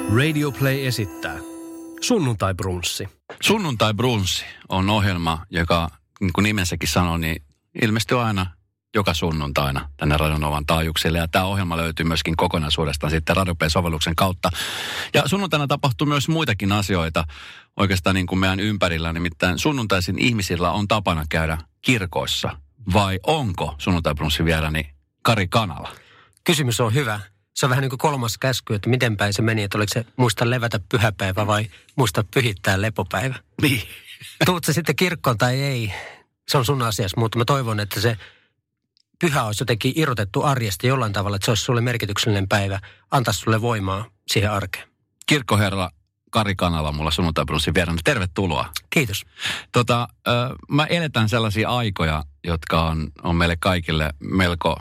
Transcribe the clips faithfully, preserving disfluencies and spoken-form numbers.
Radio Play esittää Sunnuntai Brunssi. Sunnuntai Brunssi on ohjelma, joka niin kuin nimensäkin sanoo, niin ilmestyy aina joka sunnuntaina tänne Radionovan taajuuksille. Ja tämä ohjelma löytyy myöskin kokonaisuudestaan sitten Radio Play-sovelluksen kautta. Ja sunnuntaina tapahtuu myös muitakin asioita oikeastaan niin kuin meidän ympärillä. Nimittäin sunnuntaisin ihmisillä on tapana käydä kirkoissa. Vai onko Sunnuntai Brunssin vieraani Kari Kanala? Kysymys on hyvä. Se on vähän niin kuin kolmas käsky, että miten päin se meni, että oliko se muista levätä pyhäpäivä vai muista pyhittää lepopäivä. Niin. Tuut se sitten kirkkoon tai ei, se on sun asias, mutta mä toivon, että se pyhä olisi jotenkin irrotettu arjesta jollain tavalla, että se olisi sulle merkityksellinen päivä, antaisi sulle voimaa siihen arkeen. Kirkkoherra Kari Kanala mulla Sunnuntai Brunssin vieraana. Tervetuloa. Kiitos. Tota, äh, mä eletän sellaisia aikoja, jotka on, on meille kaikille melko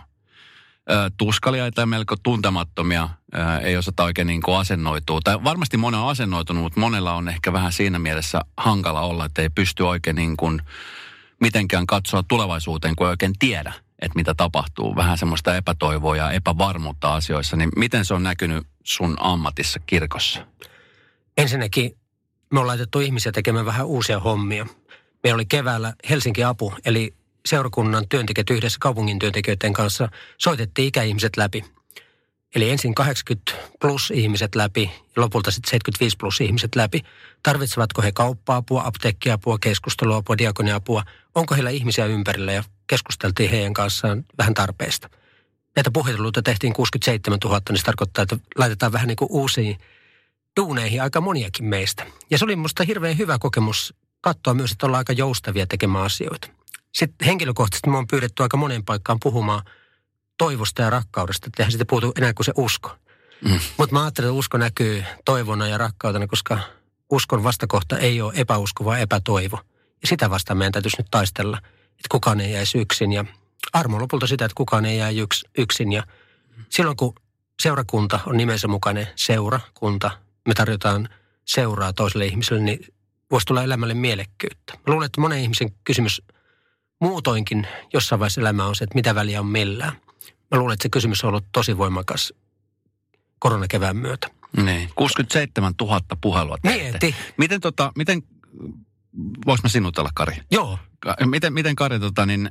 tuskaliaita ja melko tuntemattomia, ää, ei osata oikein niin kuin asennoitua. Tai varmasti moni on asennoitunut, mutta monella on ehkä vähän siinä mielessä hankala olla, että ei pysty oikein niin kuin mitenkään katsoa tulevaisuuteen, kun ei oikein tiedä, että mitä tapahtuu. Vähän semmoista epätoivoa ja epävarmuutta asioissa. Niin miten se on näkynyt sun ammatissa kirkossa? Ensinnäkin me on laitettu ihmisiä tekemään vähän uusia hommia. Meillä oli keväällä Helsinki Apu, eli seurakunnan työntekijät yhdessä kaupungin työntekijöiden kanssa soitettiin ikäihmiset läpi. Eli ensin kahdeksankymmentä plus ihmiset läpi ja lopulta sitten seitsemänkymmentäviisi plus ihmiset läpi. Tarvitsevatko he kauppa-apua, apteekkiapua, keskusteluapua, diakoniapua? Onko heillä ihmisiä ympärillä ja keskusteltiin heidän kanssaan vähän tarpeesta. Näitä puheluita tehtiin kuusikymmentäseitsemäntuhatta, niin se tarkoittaa, että laitetaan vähän niin kuin uusiin duuneihin aika moniakin meistä. Ja se oli musta hirveän hyvä kokemus katsoa myös, että ollaan aika joustavia tekemään asioita. Sitten henkilökohtaisesti me on pyydetty aika monen paikkaan puhumaan toivosta ja rakkaudesta. Eihän siitä puhutu enää kuin se usko. Mm. Mutta mä ajattelen, että usko näkyy toivona ja rakkautena, koska uskon vastakohta ei ole epäusko, vaan epätoivo. Ja sitä vastaan meidän täytyisi nyt taistella, että kukaan ei jäisi yksin. Ja armo lopulta sitä, että kukaan ei jää yks, yksin. Ja silloin kun seurakunta on nimensä mukainen seurakunta, me tarjotaan seuraa toiselle ihmiselle, niin voisi tulla elämälle mielekkyyttä. Mä luulen, että monen ihmisen kysymys muutoinkin jossain vaiheessa elämää on se, että mitä väliä on millään. Mä luulen, että se kysymys on ollut tosi voimakas koronakevään myötä. Niin, kuusikymmentäseitsemäntuhatta puhelua teette. Mieti. Miten tota, miten, vois mä sinutella Kari? Joo. Miten, miten Kari tota niin,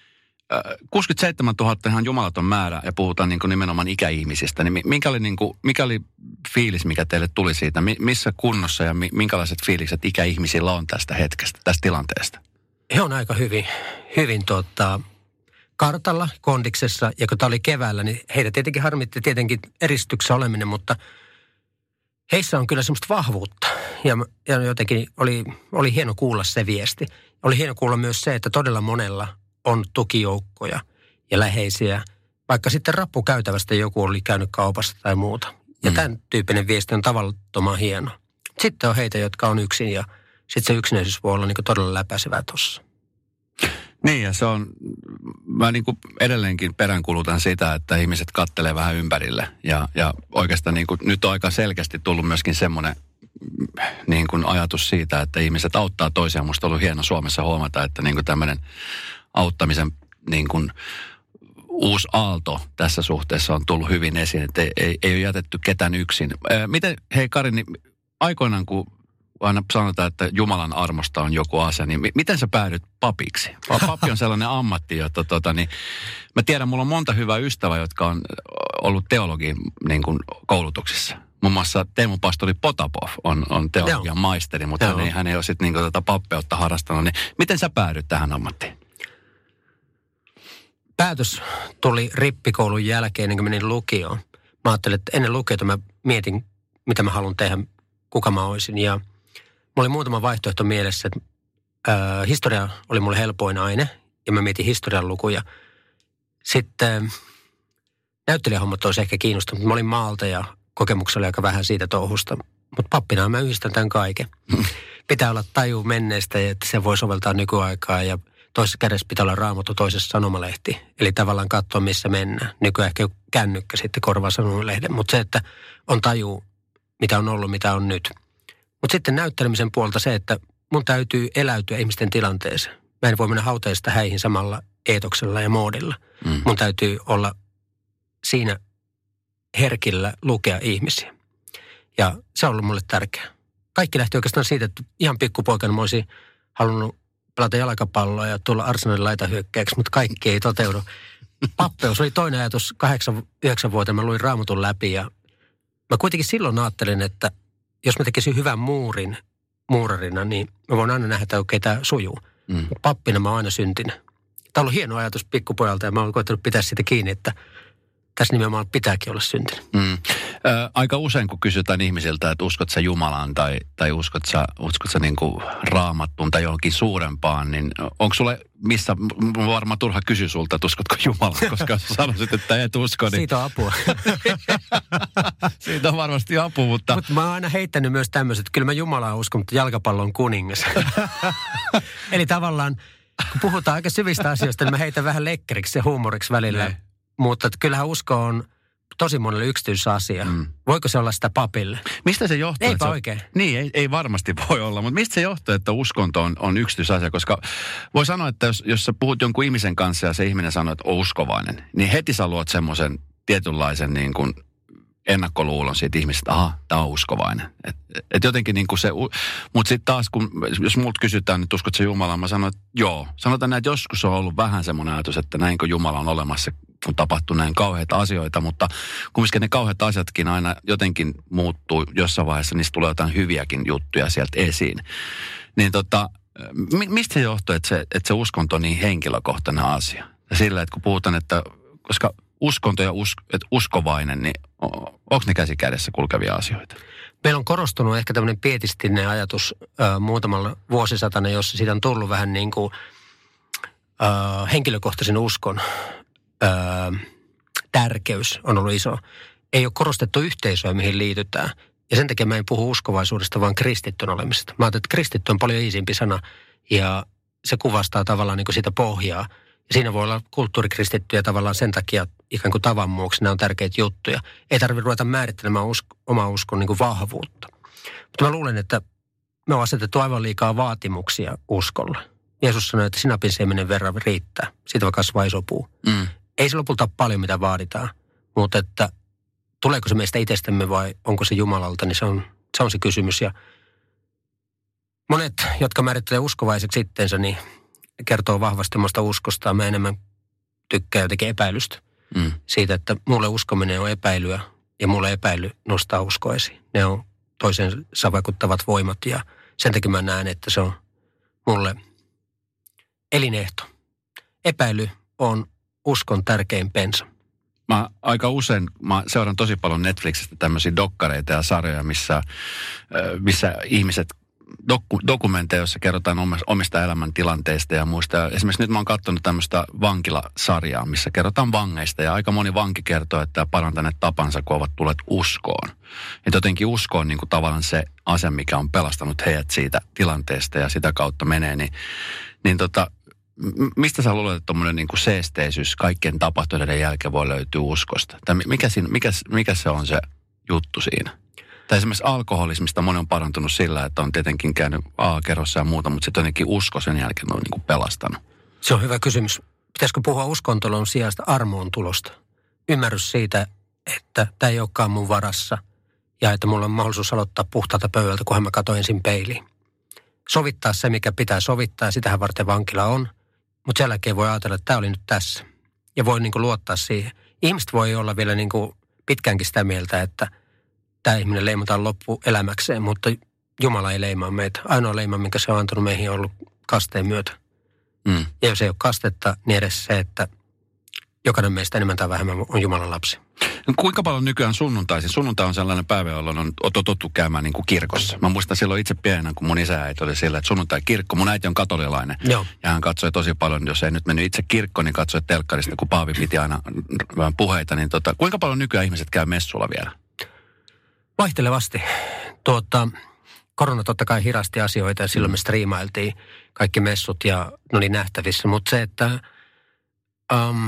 kuusikymmentäseitsemäntuhatta ihan jumalaton määrä ja puhutaan niin kuin nimenomaan ikäihmisistä. Niin mikä oli, niin kuin, mikä oli fiilis, mikä teille tuli siitä? Missä kunnossa ja minkälaiset fiilikset ikäihmisillä on tästä hetkestä, tästä tilanteesta? He on aika hyvin, hyvin tota, kartalla, kondiksessa, ja kun tämä oli keväällä, niin heitä tietenkin harmitti tietenkin eristyksessä oleminen, mutta heissä on kyllä semmoista vahvuutta. Ja, ja jotenkin oli, oli hieno kuulla se viesti. Oli hieno kuulla myös se, että todella monella on tukijoukkoja ja läheisiä, vaikka sitten rappukäytävästä joku oli käynyt kaupassa tai muuta. Ja mm. tämän tyyppinen viesti on tavattoman hieno. Sitten on heitä, jotka on yksin ja sitten se yksinäisyys voi olla niin kuin todella läpäisevää tuossa. Niin ja se on, mä niin kuin edelleenkin peräänkulutan sitä, että ihmiset kattelee vähän ympärille. Ja, ja oikeastaan niin kuin, nyt on aika selkeästi tullut myöskin semmoinen niin kuin ajatus siitä, että ihmiset auttaa toisiaan. Musta on ollut hieno Suomessa huomata, että niin kuin tämmöinen auttamisen niin kuin uusi aalto tässä suhteessa on tullut hyvin esiin, että ei, ei, ei ole jätetty ketään yksin. Miten, hei Kari, niin aikoinaan kun aina sanotaan, että Jumalan armosta on joku asia, niin miten sä päädyt papiksi? Pappi on sellainen ammatti, jota tota, niin, mä tiedän, mulla on monta hyvää ystävää, jotka on ollut teologin niin kuin koulutuksissa. Muun muassa Teemu Pastori Potapov on, on teologian Joo. maisteri, mutta hän ei, hän ei ole sitten niin tätä pappeutta harrastanut. Niin miten sä päädyt tähän ammattiin? Päätös tuli rippikoulun jälkeen, ennen kuin menin lukioon. Mä ajattelin, että ennen lukiota mä mietin, mitä mä haluan tehdä, kuka mä olisin. Ja mulla oli muutama vaihtoehto mielessä, että ää, historia oli mulle helpoin aine, ja mä mietin historian lukuja. Sitten näyttelijähommat olisi ehkä kiinnostunut, mutta mä olin maalta ja kokemuksella oli aika vähän siitä touhusta. Mutta pappina mä yhdistän tämän kaiken. Pitää olla taju menneestä, että se voi soveltaa nykyaikaa ja toisessa kädessä pitää olla Raamattu, toisessa sanomalehti. Eli tavallaan katsoa, missä mennään. Nykyään ehkä kännykkä sitten korvaa sanomalehden. Mutta se, että on taju, mitä on ollut, mitä on nyt. Mutta sitten näyttelemisen puolta se, että mun täytyy eläytyä ihmisten tilanteeseen. Mä en voi mennä hautajista häihin samalla eetoksella ja moodilla. Mm. Mun täytyy olla siinä herkillä lukea ihmisiä. Ja se on ollut mulle tärkeää. Kaikki lähti oikeastaan siitä, että ihan pikkupoikana mä olisin halunnut pelata jalkapalloa ja tulla Arsenalin laitahyökkäjäksi, mutta kaikki ei toteudu. Pappeus oli toinen ajatus. Kahdeksan, yhdeksän vuotta mä luin Raamatun läpi ja mä kuitenkin silloin ajattelin, että jos mä tekisin hyvän muurin muurarina, niin mä voin aina nähdä, että okei, tämä sujuu. Mm. Pappina mä oon aina syntinen. Tämä on ollut hieno ajatus pikkupojalta ja mä oon koettanut pitää sitä kiinni, että tässä nimenomaan pitääkin olla syntinen. Mm. Ö, aika usein, kun kysytään ihmisiltä, että uskot sä Jumalaan tai, tai uskot sä, uskot sä niin kuin Raamattuun tai johonkin suurempaan, niin onko sulle missä, varmaan turha kysyä sulta, että uskotko Jumalaan, koska sä sanoisit, että et usko. Niin... Siitä on apua. Siitä on varmasti apua, mutta... Mutta mä oon aina heittänyt myös tämmöiset, että kyllä mä Jumalaan uskon, mutta jalkapallo on kuningas. Eli tavallaan, kun puhutaan aika syvistä asioista, niin mä heitän vähän lekkeriksi ja huumoriksi välillä. Ne. Mutta kyllähän usko on tosi monelle yksityisasia. Mm. Voiko se olla sitä papille? Mistä se johtuu? Eipä se oikein. On, niin, ei, ei varmasti voi olla. Mutta mistä se johtuu, että uskonto on, on yksityisasia? Koska voi sanoa, että jos, jos sä puhut jonkun ihmisen kanssa ja se ihminen sanoo, että on uskovainen, niin heti sä luot semmoisen tietynlaisen niin kuin ennakkoluulon siitä ihmisestä, että aha, tää on uskovainen. Et, et jotenkin niin kuin se, mutta sitten taas, kun, jos multa kysytään, että uskot sä Jumalaan, mä sanon, että joo. Sanotaan näin, että joskus on ollut vähän semmoinen ajatus, että näinkö Jumala on olemassa, kun tapahtuu näin kauheita asioita, mutta kumminkin ne kauheat asiatkin aina jotenkin muuttuu jossain vaiheessa, niistä tulee jotain hyviäkin juttuja sieltä esiin. Niin tota, mistä se johtuu, että se, että se uskonto on niin henkilökohtainen asia? Ja sillä, että kun puhutaan, että koska uskonto ja usk, että uskovainen, niin onko ne käsi kädessä kulkevia asioita? Meillä on korostunut ehkä tämmöinen pietistinen ajatus äh, muutamalla vuosisatana, jossa siitä on tullut vähän niin kuin äh, henkilökohtaisen uskon äh, tärkeys on ollut iso. Ei ole korostettu yhteisöä, mihin liitytään. Ja sen takia mä en puhu uskovaisuudesta, vaan kristittyn olemisesta. Mä ajattelin, että kristitty on paljon iisimpi sana ja se kuvastaa tavallaan niin kuin sitä pohjaa. Ja siinä voi olla kulttuurikristittyjä tavallaan sen takia ikään kuin tavan vuoksi. Nämä on tärkeitä juttuja. Ei tarvitse ruveta määrittelemään usko, omaa uskon niin kuin vahvuutta. Mutta mä luulen, että me on asetettu aivan liikaa vaatimuksia uskolla. Jeesus sanoi, että sinapin siemenen verran riittää. Siitä voi kasvaa iso puu. Mm. Ei se lopulta paljon, mitä vaaditaan. Mutta että tuleeko se meistä itsestämme vai onko se Jumalalta, niin se on se, on se kysymys. Ja monet, jotka määrittelee uskovaiseksi itteensä, niin kertoo vahvasti omasta uskostaan. Mä enemmän tykkään jotenkin epäilystä. Mm. Siitä, että mulle uskominen on epäilyä ja mulle epäily nostaa uskoa esiin. Ne on toisensa vaikuttavat voimat ja sen takia mä näen, että se on mulle elinehto. Epäily on uskon tärkein pensa. Mä aika usein, mä seuraan tosi paljon Netflixistä tämmöisiä dokkareita ja sarjoja, missä, missä ihmiset Doku, dokumentteja, joissa kerrotaan omista elämäntilanteista ja muista. Esimerkiksi nyt mä oon katsonut tämmöistä vankilasarjaa, missä kerrotaan vangeista. Ja aika moni vanki kertoo, että parantaneet tapansa, kun ovat tulleet uskoon. Että jotenkin usko on niin kuin tavallaan se ase, mikä on pelastanut heidät siitä tilanteesta ja sitä kautta menee. Niin, niin tota, mistä sä luulet, että tommoinen niin kuin seesteisyys kaikkien tapahtuneiden jälkeen voi löytyä uskosta? Tai mikä, siinä, mikä, mikä se on se juttu siinä? Tai esimerkiksi alkoholismista moni on parantunut sillä, että on tietenkin käynyt A-kerrossa ja muuta, mutta sitten jotenkin usko sen jälkeen on niin kuin pelastanut. Se on hyvä kysymys. Pitäisikö puhua uskontolon sijasta armoon tulosta? Ymmärrys siitä, että tämä ei olekaan mun varassa ja että mulla on mahdollisuus aloittaa puhtaalta pöydältä, kunhan mä katson ensin peiliin. Sovittaa se, mikä pitää sovittaa ja sitähän varten vankila on. Mutta sen jälkeen voi ajatella, että tämä oli nyt tässä. Ja voi niin kuin luottaa siihen. Ihmiset voi olla vielä niin kuin pitkäänkin sitä mieltä, että tämä ihminen leimataan loppuelämäkseen, mutta Jumala ei leimaa meitä. Ainoa leima, minkä se on antanut meihin, on ollut kasteen myötä. Mm. Ja jos ei ole kastetta, niin edes se, että jokainen meistä enemmän tai vähemmän on Jumalan lapsi. No, kuinka paljon nykyään sunnuntaisin? Sunnuntai on sellainen päivä, jolloin on totuttu käymään niin kuin kirkossa. Mä muistan silloin itse pienenä, kun mun isä ja äiti oli sillä, että sunnuntai kirkko. Mun äiti on katolilainen. Joo. Ja hän katsoi tosi paljon, jos ei nyt mennyt itse kirkkoon, niin katsoi telkkarista, kun Paavi piti aina puheita. Niin tota, kuinka paljon nykyään ihmiset käy messulla vielä? Vaihtelevasti. Tuota, korona totta kai hirasti asioita ja silloin me striimailtiin kaikki messut ja ne oli nähtävissä. Mutta se, että um,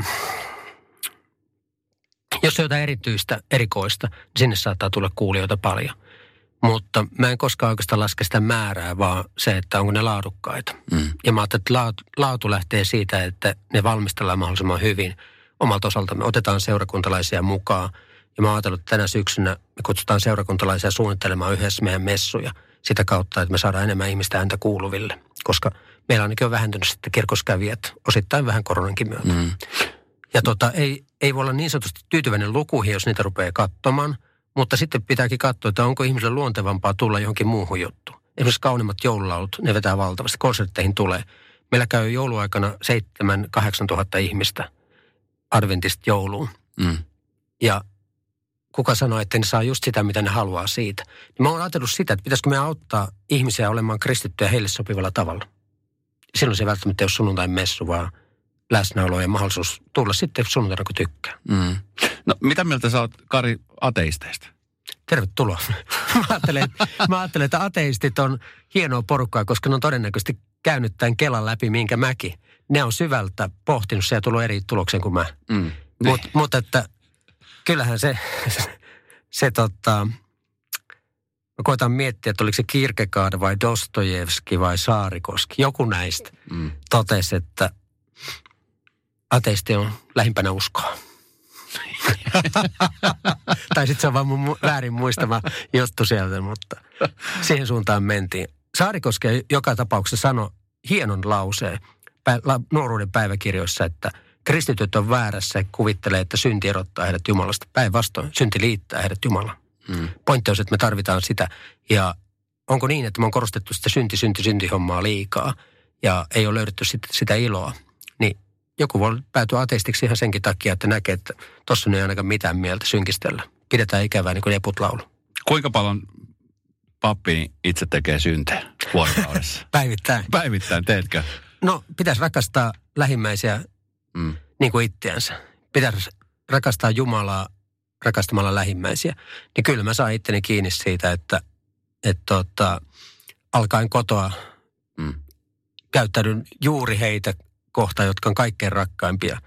jos on jotain erityistä, erikoista, niin sinne saattaa tulla kuulijoita paljon. Mutta mä en koskaan oikeastaan laske sitä määrää, vaan se, että onko ne laadukkaita. Mm. Ja mä ajattelin, että laatu, laatu lähtee siitä, että ne valmistellaan mahdollisimman hyvin omalta osaltamme. Otetaan seurakuntalaisia mukaan Ja mä oon ajatellut, että tänä syksynä me kutsutaan seurakuntalaisia suunnittelemaan yhdessä meidän messuja sitä kautta, että me saadaan enemmän ihmistä ääntä kuuluville. Koska meillä ainakin on vähentynyt sitten kirkoskävijät osittain vähän koronankin myötä. Mm. Ja tota, ei, ei voi olla niin sanotusti tyytyväinen lukuihin, jos niitä rupeaa katsomaan. Mutta sitten pitääkin katsoa, että onko ihmiselle luontevampaa tulla johonkin muuhun juttuun. Esimerkiksi kaunimmat joululaulut, ne vetää valtavasti. Konsertteihin tulee. Meillä käy jouluaikana seitsemän, kahdeksan tuhatta ihmistä adventista jouluun. Mm. Ja kuka sanoo, että ne saa just sitä, mitä ne haluaa siitä. Mä oon ajatellut sitä, että pitäisikö me auttaa ihmisiä olemaan kristittyjä heille sopivalla tavalla. Silloin se ei välttämättä ole sunnuntain messu, vaan läsnäolo ja mahdollisuus tulla sitten sunnuntaina, kun tykkää. Mm. No mitä mieltä sä oot, Kari, ateisteista? Tervetuloa. mä, ajattelen, mä ajattelen, että ateistit on hienoa porukkaa, koska ne on todennäköisesti käynyt tämän Kelan läpi, minkä mäkin. Ne on syvältä pohtinut se ja tullut eri tulokseen kuin mä. Mm. Mutta mut, että kyllähän se, se, se tota, mä koitan miettiä, että oliko se Kierkegaard vai Dostojevski vai Saarikoski. Joku näistä mm. totesi, että ateisti on lähimpänä uskoa. Tai sitten se on vaan mun väärin muistama juttu sieltä, mutta siihen suuntaan mentiin. Saarikoski joka tapauksessa sanoi hienon lauseen nuoruuden päiväkirjoissa, että kristityt on väärässä ja kuvittelee, että synti erottaa heidät Jumalasta. Päinvastoin, synti liittää heidät Jumalaan. Hmm. Pointti on, että me tarvitaan sitä. Ja onko niin, että me on korostettu sitä synti, synti, synti hommaa liikaa ja ei ole löydetty sitä, sitä iloa, niin joku voi päätyä ateistiksi ihan senkin takia, että näkee, että tuossa ei ainakaan mitään mieltä synkistellä. Pidetään ikävää niin kuin leput laulu. Kuinka paljon pappi itse tekee syntejä vuorokaudessa? Päivittäin. Päivittäin, teetkö? No, pitäisi rakastaa lähimmäisiä mm. niin kuin itseänsä. Pitäisi rakastaa Jumalaa rakastamalla lähimmäisiä. Niin kyllä mä saan itteni kiinni siitä, että, että tota, alkaen kotoa mm. käyttäydyn juuri heitä kohtaan, jotka on kaikkein rakkaimpia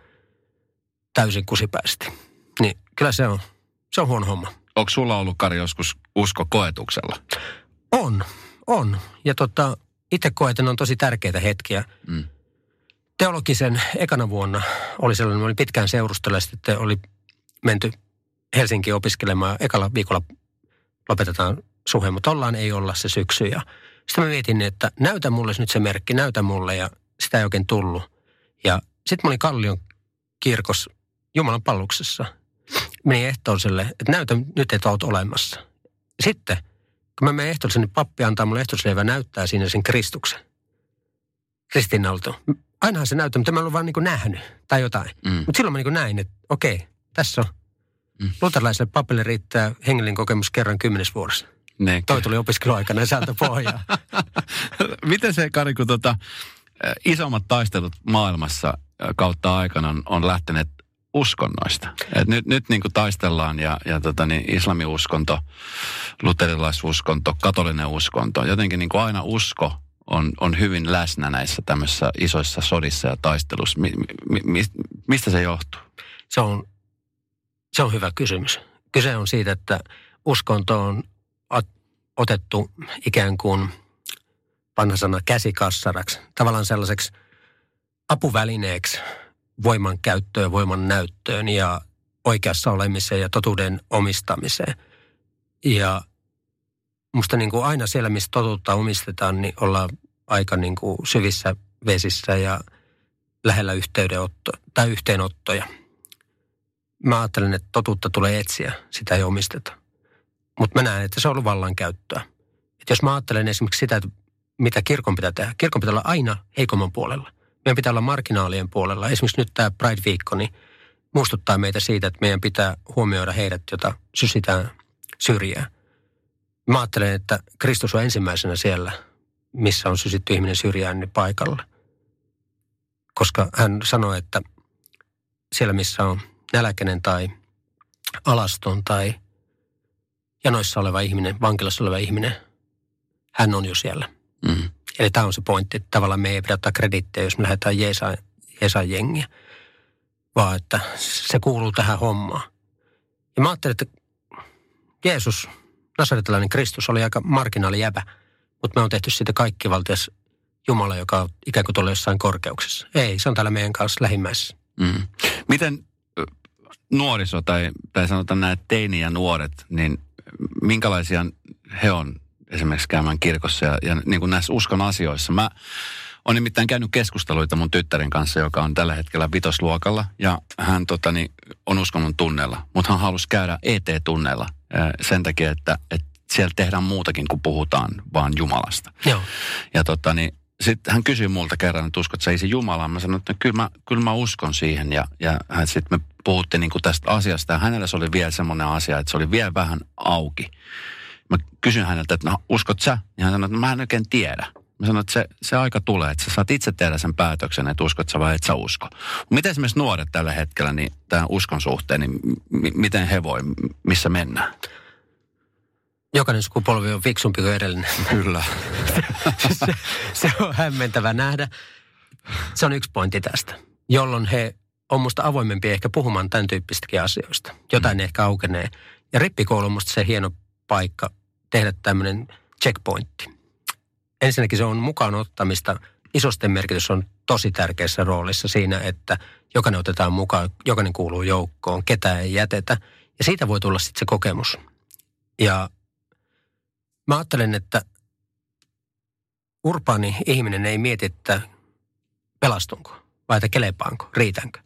täysin kusipäisesti. Niin kyllä se on, se on huono homma. Onko sulla ollut, Kari, joskus usko koetuksella? On, on. Ja tota, itse koetin on tosi tärkeitä hetkiä. Mm. Teologisen ekana vuonna oli sellainen, oli pitkään seurustella ja sitten oli menty Helsinkiin opiskelemaan. Ekalla viikolla lopetetaan suhe, mutta ollaan ei olla se syksy. Ja sitten mä mietin, että näytä mulle nyt se merkki, näytä mulle ja sitä ei oikein tullut. Ja sitten mä olin Kallion kirkossa Jumalan palveluksessa. Menin ehtoolliselle, että näytä nyt, että olet olemassa. Sitten, kun mä menen ehtoolliselle, niin pappi antaa mulle ehtoolliselle ja näyttää siinä sen Kristuksen. Ristiinnauliton. Ainahan se näyttää, mutta mä en ollut vaan niin kuin nähnyt tai jotain. Mm. Mutta silloin mä niin kuin näin, että okei, tässä on. Mm. Luterilaiselle papille riittää hengellinen kokemus kerran kymmenes vuodessa. Ne, Toi tuli opiskeluaikana ja säältä pohjaa. Miten se, Kari, kun tota, isommat taistelut maailmassa kautta aikana on, on lähteneet uskonnoista? Et nyt nyt niin kuin taistellaan ja, ja tota, niin islamiuskonto, luterilaisuskonto, katolinen uskonto. Jotenkin niin kuin aina usko on, on hyvin läsnä näissä tämmöisissä isoissa sodissa ja taistelussa. Mi, mi, mi, mistä se johtuu? Se on, se on hyvä kysymys. Kyse on siitä, että uskonto on otettu ikään kuin vanha sana käsikassaraksi, tavallaan sellaiseksi apuvälineeksi voiman käyttöön, voiman näyttöön ja oikeassa olemiseen ja totuuden omistamiseen. Ja musta niin kuin aina siellä, missä totuutta omistetaan, niin ollaan aika niin kuin syvissä vesissä ja lähellä yhteydenotto, tai yhteenottoja. Mä ajattelen, että totuutta tulee etsiä, sitä ei omisteta. Mutta mä näen, että se on ollut vallankäyttöä. Että jos mä ajattelen esimerkiksi sitä, että mitä kirkon pitää tehdä. Kirkon pitää olla aina heikomman puolella. Meidän pitää olla marginaalien puolella. Esimerkiksi nyt tämä Pride-viikko niin muistuttaa meitä siitä, että meidän pitää huomioida heidät, jota sysitään syrjään. Mä ajattelen, että Kristus on ensimmäisenä siellä, missä on sysitty ihminen syrjään, niin paikalla. Koska hän sanoi, että siellä missä on nälkäinen tai alaston tai janoissa oleva ihminen, vankilassa oleva ihminen, hän on jo siellä. Mm. Eli tämä on se pointti, että tavallaan me ei pidä ottaa kredittejä, jos me lähdetään Jeesan, Jeesan jengiä, vaan että se kuuluu tähän hommaan. Ja mä ajattelin, että Jeesus, nasaretilainen Kristus, oli aika marginaali jäbä, mutta me on tehty siitä kaikkivaltias Jumala, joka on ikään kuin tuolla jossain korkeuksessa. Ei, se on täällä meidän kanssa lähimmäisessä. Mm. Miten nuoriso tai, tai sanotaan nämä teini ja nuoret, niin minkälaisia he on esimerkiksi käymään kirkossa ja, ja niin kuin näissä uskon asioissa? Mä oon nimittäin käynyt keskusteluita mun tyttären kanssa, joka on tällä hetkellä vitosluokalla ja hän totani, on uskonnon tunneilla, mutta hän halusi käydä E T-tunneilla sen takia, että, että siellä tehdään muutakin kuin puhutaan vaan Jumalasta. Joo. Ja totani, sitten hän kysyi multa kerran, että uskot sä isi Jumalaan? Mä sanoin, että kyllä mä, kyllä mä uskon siihen. Ja, ja sitten me puhuttiin niin kuin tästä asiasta. Ja hänellä se oli vielä semmoinen asia, että se oli vielä vähän auki. Mä kysyin häneltä, että no uskot sä? Ja hän sanoi, että mä en oikein tiedä. Mä sanoin, että se, se aika tulee, että sä saat itse tehdä sen päätöksen, että uskot sä vai et sä usko. Miten esimerkiksi nuoret tällä hetkellä, niin tämän uskon suhteen, niin m- miten he voi, missä mennään? Jokainen sukupolvi on fiksumpi kuin edellinen. Kyllä. se, se on hämmentävä nähdä. Se on yksi pointti tästä, jolloin he on musta avoimempia ehkä puhumaan tämän tyyppistäkin asioista. Jotain mm. ehkä aukenee. Ja rippikoulu on musta se hieno paikka tehdä tämmöinen checkpointti. Ensinnäkin se on mukaan ottamista. Isosten merkitys on tosi tärkeässä roolissa siinä, että jokainen otetaan mukaan, jokainen kuuluu joukkoon, ketään ei jätetä. Ja siitä voi tulla sitten se kokemus. Ja mä ajattelen, että urbaani ihminen ei mieti, että pelastunko vai että kelepaanko, riitänkö.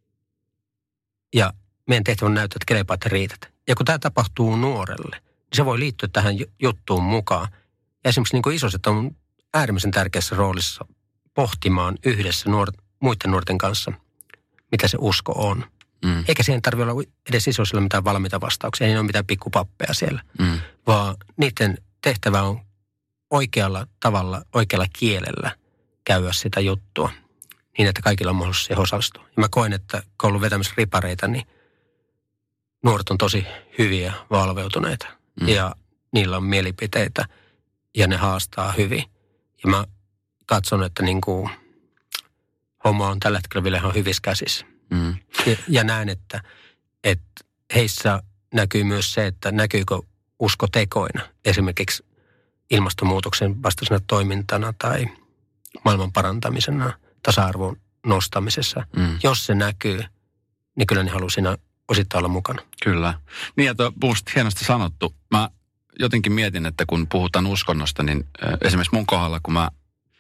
Ja meidän tehtävä on näyttää, että kelepaat ja riität. Ja kun tämä tapahtuu nuorelle, niin se voi liittyä tähän juttuun mukaan. Ja esimerkiksi niin kuin isoset on äärimmäisen tärkeässä roolissa pohtimaan yhdessä nuor- muiden nuorten kanssa, mitä se usko on. Mm. Eikä siihen tarvitse olla edes isoisilla mitään valmiita vastauksia, ei ole mitään pikkupappeja siellä, mm. vaan niiden tehtävä on oikealla tavalla, oikealla kielellä käydä sitä juttua niin, että kaikilla on mahdollisuus siihen osallistua. Ja mä koen, että koulun vetämässä ripareita, niin nuoret on tosi hyviä, valveutuneita mm. ja niillä on mielipiteitä ja ne haastaa hyvin. Ja mä katson, että niin kuin homma on tällä hetkellä vielä ihan hyvissä käsissä. Mm. Ja, ja näen, että, että heissä näkyy myös se, että näkyykö usko tekoina. Esimerkiksi ilmastonmuutoksen vastaisena toimintana tai maailman parantamisena, tasa-arvon nostamisessa. Mm. Jos se näkyy, niin kyllä ne haluaa siinä osittain olla mukana. Kyllä. Niin ja tuo musta hienosti sanottu. Mä jotenkin mietin, että kun puhutaan uskonnosta, niin esimerkiksi mun kohdalla, kun mä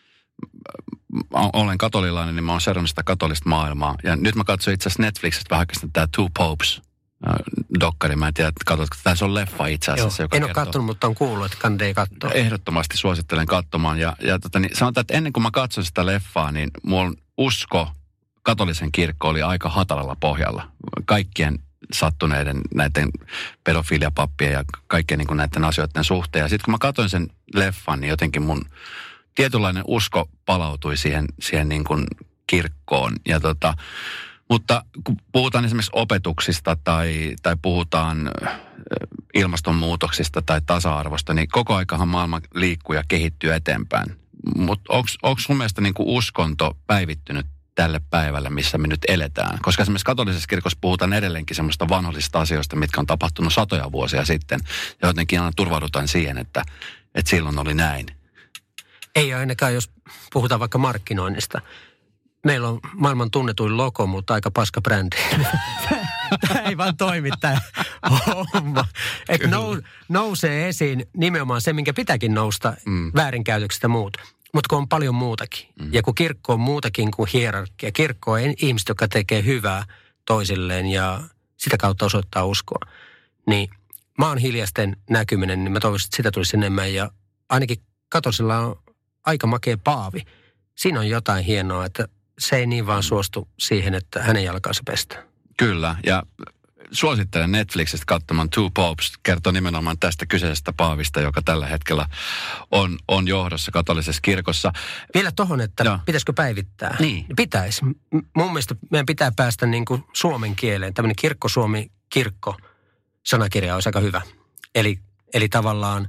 olen katolilainen, niin mä oon seurannut sitä katolista maailmaa. Ja nyt mä katsoin itse asiassa Netflixistä vähän tämä Two Popes dokkari. Mä en tiedä, että katsotko. Tässä on leffa itse asiassa. Joo, en ole katsonut, mutta on kuullut, että kannattaa katsoa. Ehdottomasti suosittelen katsomaan. Ja, ja tota, niin sanotaan, että ennen kuin mä katsoin sitä leffaa, niin mun usko katolisen kirkko oli aika hatalalla pohjalla. Kaikkien sattuneiden näiden pedofiliapappien ja kaikkien niin kuin näiden asioiden suhteen. Ja sitten kun mä katsoin sen leffan, niin jotenkin mun tietynlainen usko palautui siihen, siihen niin kuin kirkkoon. Ja tota, mutta kun puhutaan esimerkiksi opetuksista tai, tai puhutaan ilmastonmuutoksista tai tasa-arvosta, niin koko aikahan maailma liikkuu ja kehittyy eteenpäin. Mutta onko sun mielestä niin kuin uskonto päivittynyt tälle päivälle, missä me nyt eletään? Koska esimerkiksi katolisessa kirkossa puhutaan edelleenkin semmoista vanhollisista asioista, mitkä on tapahtunut satoja vuosia sitten. Ja jotenkin aina turvaudutaan siihen, että, että silloin oli näin. Ei ainakaan, jos puhutaan vaikka markkinoinnista. Meillä on maailman tunnetuin logo, mutta aika paska brändi. Tämä ei vaan toimi tämä homma. Että nou, nousee esiin nimenomaan se, minkä pitääkin nousta, mm. väärinkäytöksestä muut. Mutta kun on paljon muutakin. Mm. Ja kun kirkko on muutakin kuin hierarkia. Kirkko on ihmiset, jotka tekee hyvää toisilleen ja sitä kautta osoittaa uskoa. Niin maan hiljaisten näkyminen, niin mä toivoisin, että sitä tulisi enemmän. Ja ainakin katolisella on aika makea paavi. Siinä on jotain hienoa, että se ei niin vaan suostu siihen, että hänen jalkansa pestää. Kyllä, ja suosittelen Netflixistä katsomaan Two Popes, kertoo nimenomaan tästä kyseisestä paavista, joka tällä hetkellä on, on johdossa katolisessa kirkossa. Vielä tohon, että no. pitäisikö päivittää? Niin. Pitäisi. Mun mielestä meidän pitää päästä niin kuin suomen kieleen. Tämmöinen kirkko-suomi-kirkko sanakirja olisi aika hyvä. Eli, eli tavallaan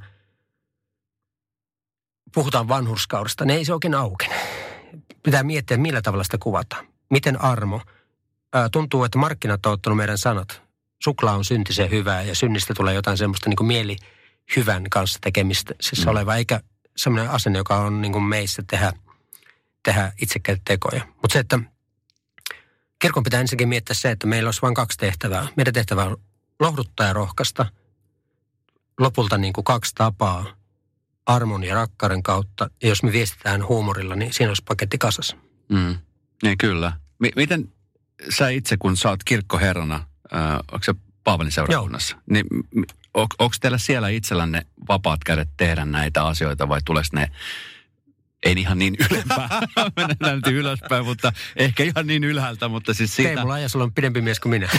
puhutaan vanhurskaudesta, ne ei se oikein aukene. Pitää miettiä, millä tavalla sitä kuvataan. Miten armo? Ää, tuntuu, että markkinat on ottanut meidän sanat. Suklaa on syntisen hyvää ja synnistä tulee jotain semmoista niin kuin mieli hyvän kanssa tekemistä siis mm. oleva, eikä semmoinen asenne, joka on niin kuin meissä tehdä, tehdä itsekkäitä tekoja. Mutta se, että kirkon pitää ensinnäkin miettiä se, että meillä olisi vain kaksi tehtävää. Meidän tehtävä on lohduttaa ja rohkaista. Lopulta niin kuin kaksi tapaa armon ja rakkauden kautta. Ja jos me viestitään huumorilla, niin siinä olisi paketti kasassa. Mm. Niin kyllä. M- miten sä itse, kun sä oot kirkkoherrana, äh, onko se Paavalin seurakunnassa, niin on, onko teillä siellä itsellänne vapaat kädet tehdä näitä asioita vai tuleeko ne, ei ihan niin ylempää, mennään nyt ylöspäin, mutta ehkä ihan niin ylhäältä, mutta siis siitä... Ei mulla ja sulla on pidempi mies kuin minä.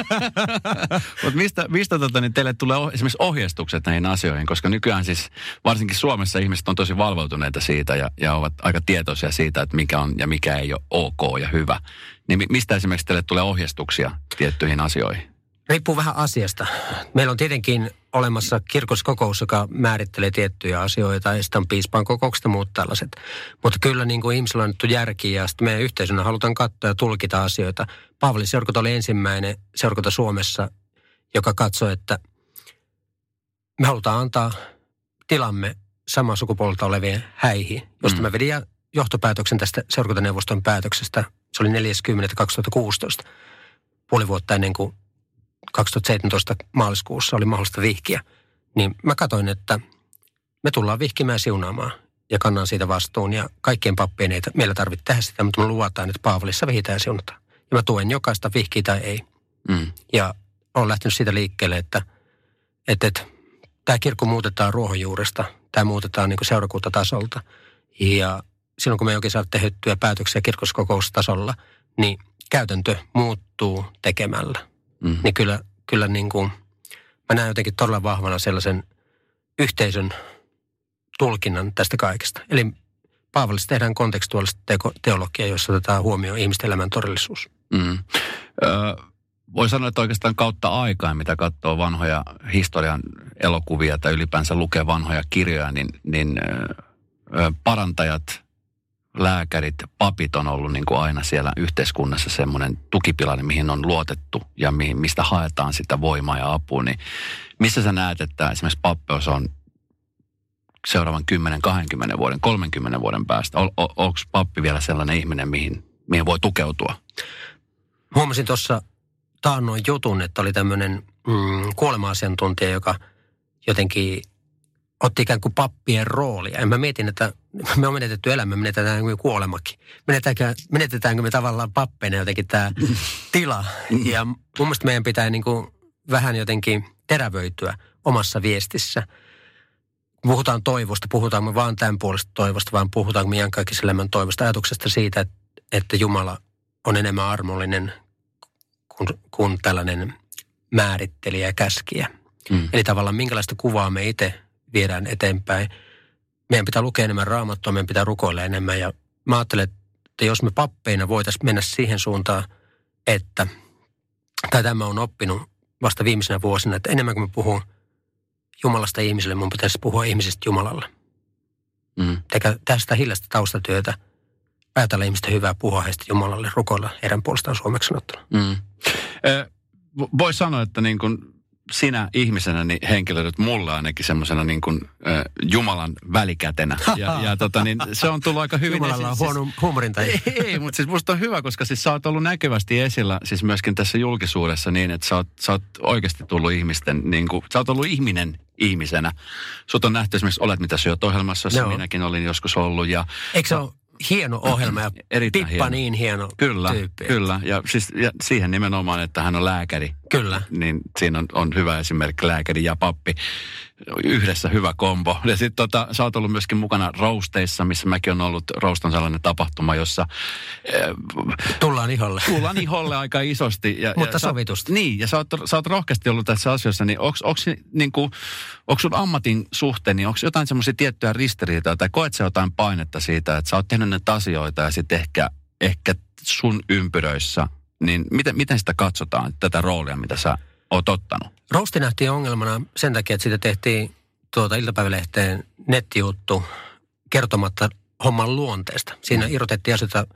Mutta mistä, mistä tota, niin teille tulee oh, esimerkiksi ohjeistukset näihin asioihin, koska nykyään siis varsinkin Suomessa ihmiset on tosi valveutuneita siitä ja, ja ovat aika tietoisia siitä, että mikä on ja mikä ei ole ok ja hyvä. Niin mistä esimerkiksi teille tulee ohjeistuksia tiettyihin asioihin? Riippuu vähän asiasta. Meillä on tietenkin olemassa kirkoskokous, joka määrittelee tiettyjä asioita, ja sitten on piispan kokoukset ja muut tällaiset. Mutta kyllä niin kuin ihmisillä on annettu järkiä, ja sitten meidän yhteisönä halutaan katsoa ja tulkita asioita. Paavalin seurakunta oli ensimmäinen seurakunta Suomessa, joka katsoi, että me halutaan antaa tilamme samaa sukupuolta olevien häihin, josta mm. mä vedin johtopäätöksen tästä seurakuntaneuvoston päätöksestä. Se oli neljäs kymmenettä kaksituhattakuusitoista, puoli vuotta ennen kuin kaksituhattaseitsemäntoista maaliskuussa oli mahdollista vihkiä, niin mä katsoin, että me tullaan vihkimään siunaamaan ja kannan siitä vastuun. Ja kaikkien pappien ei meillä tarvitse tehdä sitä, mutta me luvataan, että Paavalissa vihitään ja siunataan. Ja mä tuen jokaista vihkiä tai ei. Mm. Ja olen lähtenyt siitä liikkeelle, että, että, että tämä kirkko muutetaan ruohonjuuresta, tämä muutetaan niin kuin seurakuntatasolta. Ja silloin kun me ei oikein saada tehtyä päätöksiä kirkoskokoustasolla, niin käytäntö muuttuu tekemällä. Mm. Niin kyllä, kyllä niin kuin, mä näen jotenkin todella vahvana sellaisen yhteisön tulkinnan tästä kaikesta. Eli Paavalissa tehdään kontekstuaalista teologiaa, jossa otetaan huomioon ihmisten elämän todellisuus. Mm. Öö, voi sanoa, että oikeastaan kautta aikaan, mitä katsoo vanhoja historian elokuvia tai ylipäänsä lukee vanhoja kirjoja, niin, niin öö, parantajat, lääkärit, papit on ollut niin kuin aina siellä yhteiskunnassa semmoinen tukipilari, mihin on luotettu ja mihin, mistä haetaan sitä voimaa ja apua. Niin missä sä näet, että esimerkiksi pappeus on seuraavan kymmenen, kaksikymmentä vuoden, kolmenkymmenen vuoden päästä? O, o, onko pappi vielä sellainen ihminen, mihin, mihin voi tukeutua? Huomasin tuossa taannoin jutun, että oli tämmöinen mm, kuolema-asiantuntija, joka jotenkin otti ikään kuin pappien roolia. Ja mä mietin, että me on menetetty elämä, menetetään kuin kuolemakin. Menetetäänkö, menetetäänkö me tavallaan pappeina jotenkin tämä tila. Ja mun mielestä meidän pitää niin kuin vähän jotenkin terävöityä omassa viestissä. Puhutaan toivosta, puhutaanko me vaan tämän puolesta toivosta, vaan puhutaanko me iankaikkisen elämän toivosta, ajatuksesta siitä, että, että Jumala on enemmän armollinen kuin, kuin tällainen määrittelijä ja käskijä. Mm. Eli tavallaan minkälaista kuvaa me itse viedään eteenpäin. Meidän pitää lukea enemmän Raamattua, meidän pitää rukoilla enemmän. Ja mä ajattelen, että jos me pappeina voitaisiin mennä siihen suuntaan, että, tai tämä on oppinut vasta viimeisenä vuosina, että enemmän kuin me puhun Jumalasta ihmiselle, mun pitäisi puhua ihmisestä Jumalalle. Mm. Tehdä tästä hiljaista taustatyötä, ajatella ihmisten hyvää, puhua heistä Jumalalle, rukoilla heidän puolestaan suomeksi sanottuna. Mm. Eh, voi sanoa, että niin kuin sinä ihmisenä niin henkilöidyt mulle ainakin semmoisena niin kuin äh, Jumalan välikätenä. Ja, ja tota niin, se on tullut aika hyvin. Jumalalla on huono huumorintaja. Ei, ei, mutta siis musta on hyvä, koska siis sä oot ollut näkyvästi esillä siis myöskin tässä julkisuudessa niin, että sä oot, sä oot oikeasti tullut ihmisten, niin kuin, sä oot ollut ihminen ihmisenä. Sut on nähty esimerkiksi Olet mitä syöt -ohjelmassa, jossa no. minäkin olin joskus ollut. Ja, eikö se ole hieno ohjelma ja Pippa hieno. Niin hieno kyllä, tyyppi. Kyllä, ja, siis, ja siihen nimenomaan, että hän on lääkäri. Kyllä. Niin siinä on, on hyvä esimerkki, lääkäri ja pappi. Yhdessä hyvä kombo. Ja sitten tota, sä oot ollut myöskin mukana Roasteissa, missä mäkin on ollut. Roast on sellainen tapahtuma, jossa Äh, tullaan iholle. Tullaan iholle aika isosti. Ja, Mutta ja sovitusti. Sä, niin, ja sä oot, sä oot rohkeasti ollut tässä asiassa, niin onko niinku, sun ammatin suhteen, niin onko jotain semmoisia tiettyjä ristiriitoja, tai koet sä jotain painetta siitä, että sä oot tehnyt näitä asioita, ja sitten ehkä, ehkä sun ympyröissä, niin miten, miten sitä katsotaan, tätä roolia, mitä sä oot ottanut? Roasti nähtiin ongelmana sen takia, että siitä tehtiin tuota iltapäivälehteen nettijuttu kertomatta homman luonteesta. Siinä irrotettiin asioita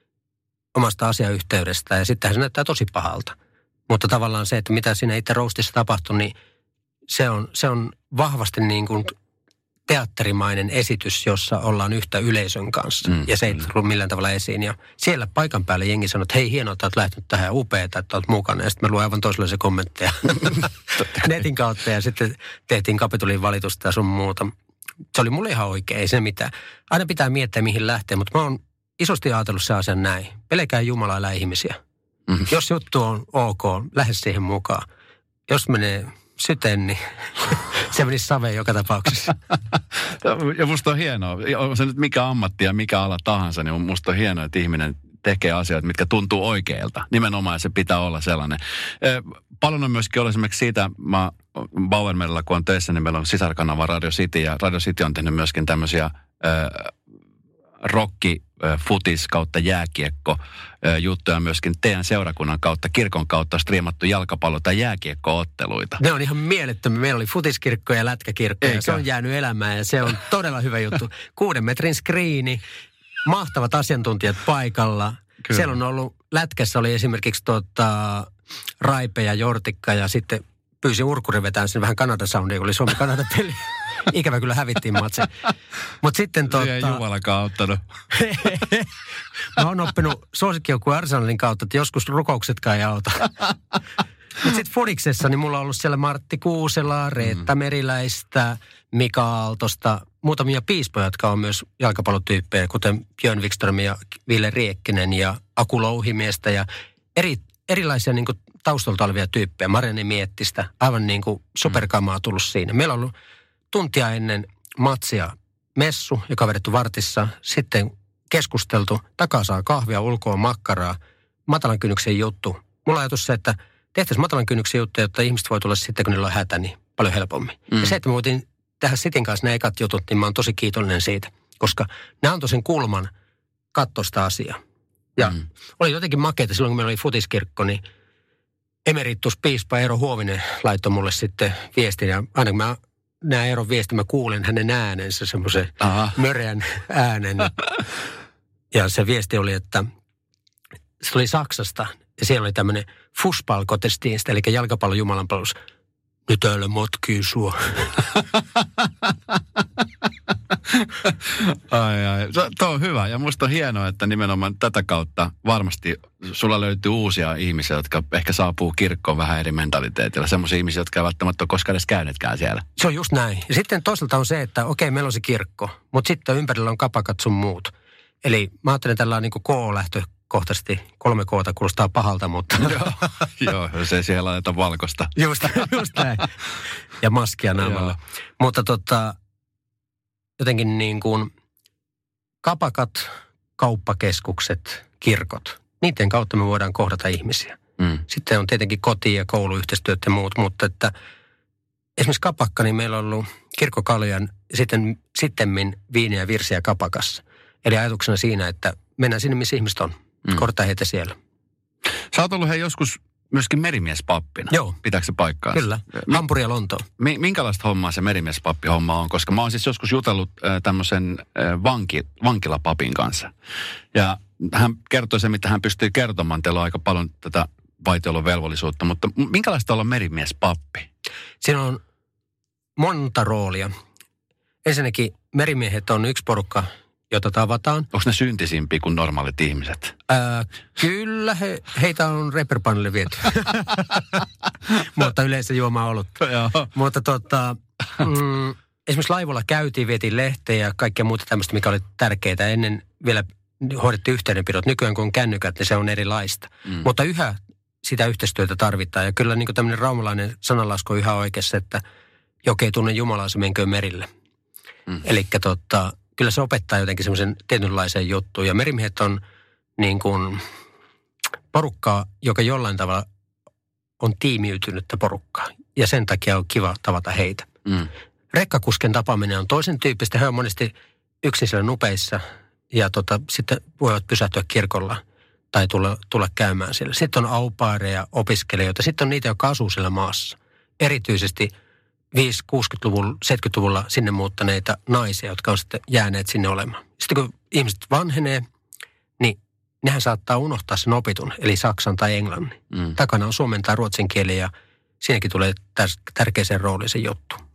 omasta asiayhteydestä ja sittenhän se näyttää tosi pahalta. Mutta tavallaan se, että mitä siinä itse roastissa tapahtui, niin se on, se on vahvasti niin kuin teatterimainen esitys, jossa ollaan yhtä yleisön kanssa. Mm, ja se ei tullut millään tavalla esiin. Ja siellä paikan päällä jengi sanoi, että hei, hienoa, että olet lähtenyt tähän, upeeta, että olet mukana. Ja sitten me luin aivan toisenlaisia kommentteja netin kautta ja sitten tehtiin Kapitolin valitusta ja sun muuta. Se oli mulle ihan oikein, ei se mitään. Aina pitää miettiä, mihin lähtee, mutta mä oon isosti ajatellut se asian näin. Pelkää Jumalaa, älä ihmisiä. Mm-hmm. Jos juttu on ok, lähde siihen mukaan. Jos menee syteen, niin se menisi saveen joka tapauksessa. Ja musta on hienoa. On se nyt mikä ammatti ja mikä ala tahansa, niin musta on hienoa, että ihminen tekee asioita, mitkä tuntuu oikeilta. Nimenomaan se pitää olla sellainen. Paljon on myöskin ollut esimerkiksi siitä, mä Bauermerilla kun on töissä, niin meillä on sisarkanava Radio City, ja Radio City on tehnyt myöskin tämmöisiä äh, rokki, äh, futis kautta jääkiekko äh, juttuja myöskin teidän seurakunnan kautta, kirkon kautta striimattu jalkapallo- tai jääkiekko-otteluita. Ne on ihan mielettömiä. Meillä oli futiskirkko ja lätkäkirkko, ja se on jäänyt elämään, ja se on todella hyvä juttu. Kuuden metrin skriini, mahtavat asiantuntijat paikalla. Kyllä. Siellä on ollut, lätkässä oli esimerkiksi tota, Raipe ja Jortikka, ja sitten pyysin Urkuri vetään sinne vähän Kanada-soundia, kun oli Suomi-Kanada-peli. Ikävä kyllä hävittiin matse. Mutta sitten tota... Se ei Jumalakaan ottanut. Mä oon oppinut suosikkijoukkueen Arsenalin kautta, että joskus rukouksetkaan ei auta. Mutta sitten Fudiksessa, niin mulla on ollut siellä Martti Kuuselaa, Reetta mm. Meriläistä, Mika Aaltosta, muutamia piispoja, jotka on myös jalkapallotyyppejä, kuten Björn Wikström ja Ville Riekkinen ja Aku Louhimiestä ja eri, erilaisia niin kuin taustalta olevia tyyppejä. Marianne Miettistä, aivan niin kuin superkamaa tullut siinä. Meillä on ollut tuntia ennen matsia messu, joka on vedetty vartissa, sitten keskusteltu, takaa saa kahvia, ulkoa makkaraa, matalan kynnyksen juttu. Mulla on ajatus se, että tehtäisiin matalan kynnyksen juttuja, jotta ihmiset voi tulla sitten, kun niillä on hätä, niin paljon helpommin. Mm. Ja se, että me voitiin tehdä Sitin kanssa ne ekat jutut, niin mä oon tosi kiitollinen siitä, koska nämä antoi sen kulman katsoa sitä asiaa. Ja mm. oli jotenkin makeita silloin, kun meillä oli futiskirkko, niin emeritus piispa Eero Huovinen laittoi mulle sitten viestin, ja aina kun mä näen Eeron viestin, mä kuulen hänen äänensä, semmoisen möreän äänen. Ja se viesti oli, että se tuli Saksasta, ja siellä oli tämmöinen Fußball-Gottesdienst, eli jalkapallon jumalanpalvelus. Nyt älä motkii sua. Ai ai, tuo on hyvä ja musta on hienoa, että nimenomaan tätä kautta varmasti sulla löytyy uusia ihmisiä, jotka ehkä saapuu kirkkoon vähän eri mentaliteetillä. Semmoisia ihmisiä, jotka ei välttämättä ole koskaan edes käyneetkään siellä. Se on just näin. Ja sitten toisaalta on se, että okei, meillä on se kirkko, mutta sitten ympärillä on kapakat sun muut. Eli mä ajattelen tällä niin kuin K-lähtökohtaisesti, kolme K:ta kuulostaa pahalta, mutta... Joo, joo, se ei siellä laiteta valkoista. Just, just näin. Ja maskia naamalla. Mutta tota... Jotenkin niin kuin kapakat, kauppakeskukset, kirkot, niiden kautta me voidaan kohdata ihmisiä. Mm. Sitten on tietenkin koti- ja kouluyhteistyöt ja muut, mutta että esimerkiksi kapakka, niin meillä on ollut kirkkokaljan ja sitten sittemmin viiniä ja virsiä kapakassa. Eli ajatuksena siinä, että mennään sinne, missä ihmiset on. Mm. Kohdataan heitä siellä. Sä oot ollut hei joskus myöskin merimiespappina. Joo. Pitääkö se paikkaa? Kyllä. Hampuri ja Lontoon. Mi- minkälaista hommaa se merimiespappihomma on? Koska mä oon siis joskus jutellut äh, tämmöisen äh, vanki, vankilapapin kanssa. Ja hän kertoi se, mitä hän pystyy kertomaan. Teillä on aika paljon tätä vaitiolovelvollisuutta, mutta minkälaista olla merimiespappi? Siinä on monta roolia. Ensinnäkin merimiehet on yksi porukka, jota tavataan. Onko ne syntisimpiä kuin normaalit ihmiset? Ää, kyllä, he, heitä on reperpanille viety. Mutta yleensä juomaa ollut. Mutta tota, mm, esimerkiksi laivoilla käytiin, vietiin lehteä ja kaikkea muuta tämmöistä, mikä oli tärkeää. Ennen vielä hoidettiin yhteydenpidot. Nykyään kun on kännykät, niin se on erilaista. Mm. Mutta yhä sitä yhteistyötä tarvitaan. Ja kyllä niin kuin tämmöinen raumalainen sananlasku on yhä oikeassa, että joka ei tunne Jumalaa, se menköön merille. Mm. Elikkä tota... Kyllä se opettaa jotenkin semmoisen tietynlaisen juttuun. Ja merimiehet on niin kuin porukkaa, joka jollain tavalla on tiimiytynyttä porukkaa. Ja sen takia on kiva tavata heitä. Mm. Rekkakusken tapaaminen on toisen tyyppistä. He on monesti yksin siellä nupeissa ja tota, sitten voivat pysähtyä kirkolla tai tulla, tulla käymään siellä. Sitten on aupaireja, opiskelijoita. Sitten on niitä, jotka asuu siellä maassa. Erityisesti viisikymmentä-kuusikymmentäluvulla, seitsemänkymmentäluvulla sinne muuttaneita naisia, jotka on sitten jääneet sinne olemaan. Sitten kun ihmiset vanhenee, niin nehän saattaa unohtaa sen opitun, eli saksan tai englannin. Mm. Takana on suomen tai ruotsin kieli ja siinäkin tulee tär- tärkeäseen rooliin se juttu.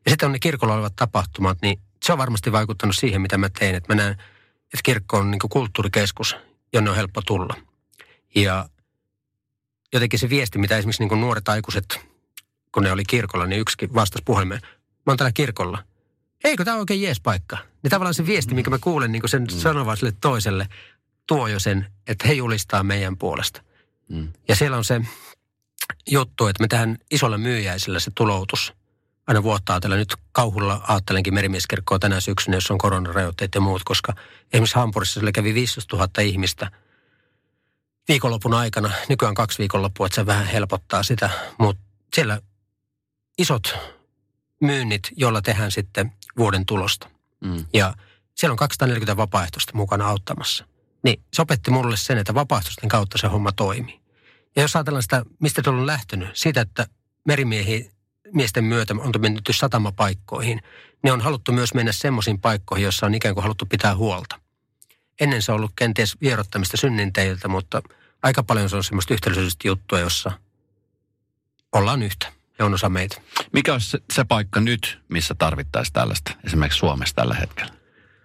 Ja sitten on ne kirkolla olevat tapahtumat, niin se on varmasti vaikuttanut siihen, mitä mä teen. Että mä näen, että kirkko on niin kuin kulttuurikeskus, jonne on helppo tulla. Ja jotenkin se viesti, mitä esimerkiksi niin kuin nuoret aikuiset, kun ne oli kirkolla, niin yksikin vastasi puhelimeen. Mä oon täällä kirkolla. Eikö tämä ole oikein jees paikka? Niin tavallaan se viesti, minkä mä kuulen niin kuin sen mm. sanovan sille toiselle, tuo jo sen, että he julistaa meidän puolesta. Mm. Ja siellä on se juttu, että me tähän isolla myyjäisellä se tuloutus aina vuotta ajatella. Nyt kauhulla ajattelenkin Merimieskirkkoa tänä syksynä, jos on koronarajoitteet ja muut, koska esimerkiksi Hampurissa sille kävi viisitoistatuhatta ihmistä viikonlopun aikana. Nykyään kaksi viikonloppua, että se vähän helpottaa sitä, mutta siellä isot myynnit, joilla tehdään sitten vuoden tulosta. Mm. Ja siellä on kaksisataaneljäkymmentä vapaaehtoista mukana auttamassa. Niin se opetti mulle sen, että vapaaehtoisten kautta se homma toimii. Ja jos ajatellaan sitä, mistä se on lähtenyt, siitä, että merimiesten myötä on mennyt satamapaikkoihin, niin on haluttu myös mennä semmoisiin paikkoihin, joissa on ikään kuin haluttu pitää huolta. Ennen se on ollut kenties vierottamista synninteiltä, mutta aika paljon se on semmoista yhteisöllistä juttua, jossa ollaan yhtä ja on osa meitä. Mikä olisi se, se paikka nyt, missä tarvittaisiin tällaista, esimerkiksi Suomessa tällä hetkellä?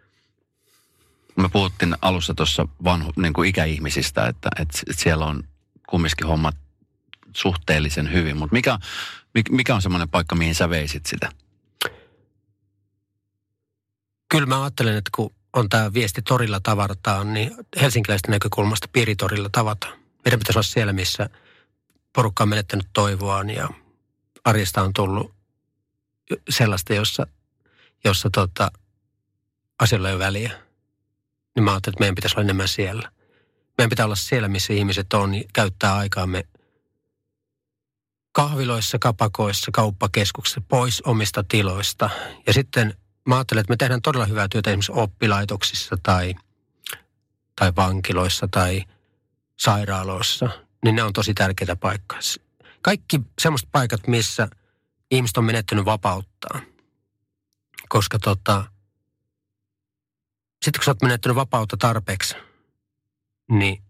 Me puhuttiin alussa tuossa vanhu, niin kuin ikäihmisistä, että, että siellä on kumminkin hommat suhteellisen hyvin, mutta mikä, mikä on semmoinen paikka, mihin sä veisit sitä? Kyllä mä ajattelen, että kun on tämä viesti torilla tavataan, niin helsinkiläisten näkökulmasta piiritorilla tavataan. Meidän pitäisi olla siellä, missä porukka on menettänyt toivoaan ja arjesta on tullut sellaista, jossa, jossa tota, asioilla ei ole väliä. Niin mä ajattelen, että meidän pitäisi olla enemmän siellä. Meidän pitää olla siellä, missä ihmiset on, niin käyttää aikaamme kahviloissa, kapakoissa, kauppakeskuksissa, pois omista tiloista. Ja sitten mä ajattelen, että me tehdään todella hyvää työtä esimerkiksi oppilaitoksissa tai, tai vankiloissa tai sairaaloissa. Niin ne on tosi tärkeitä paikkoja. Kaikki semmoiset paikat, missä ihmiset on menettänyt vapauttaan. Koska tota, sitten kun sä oot menettänyt vapautta tarpeeksi, niin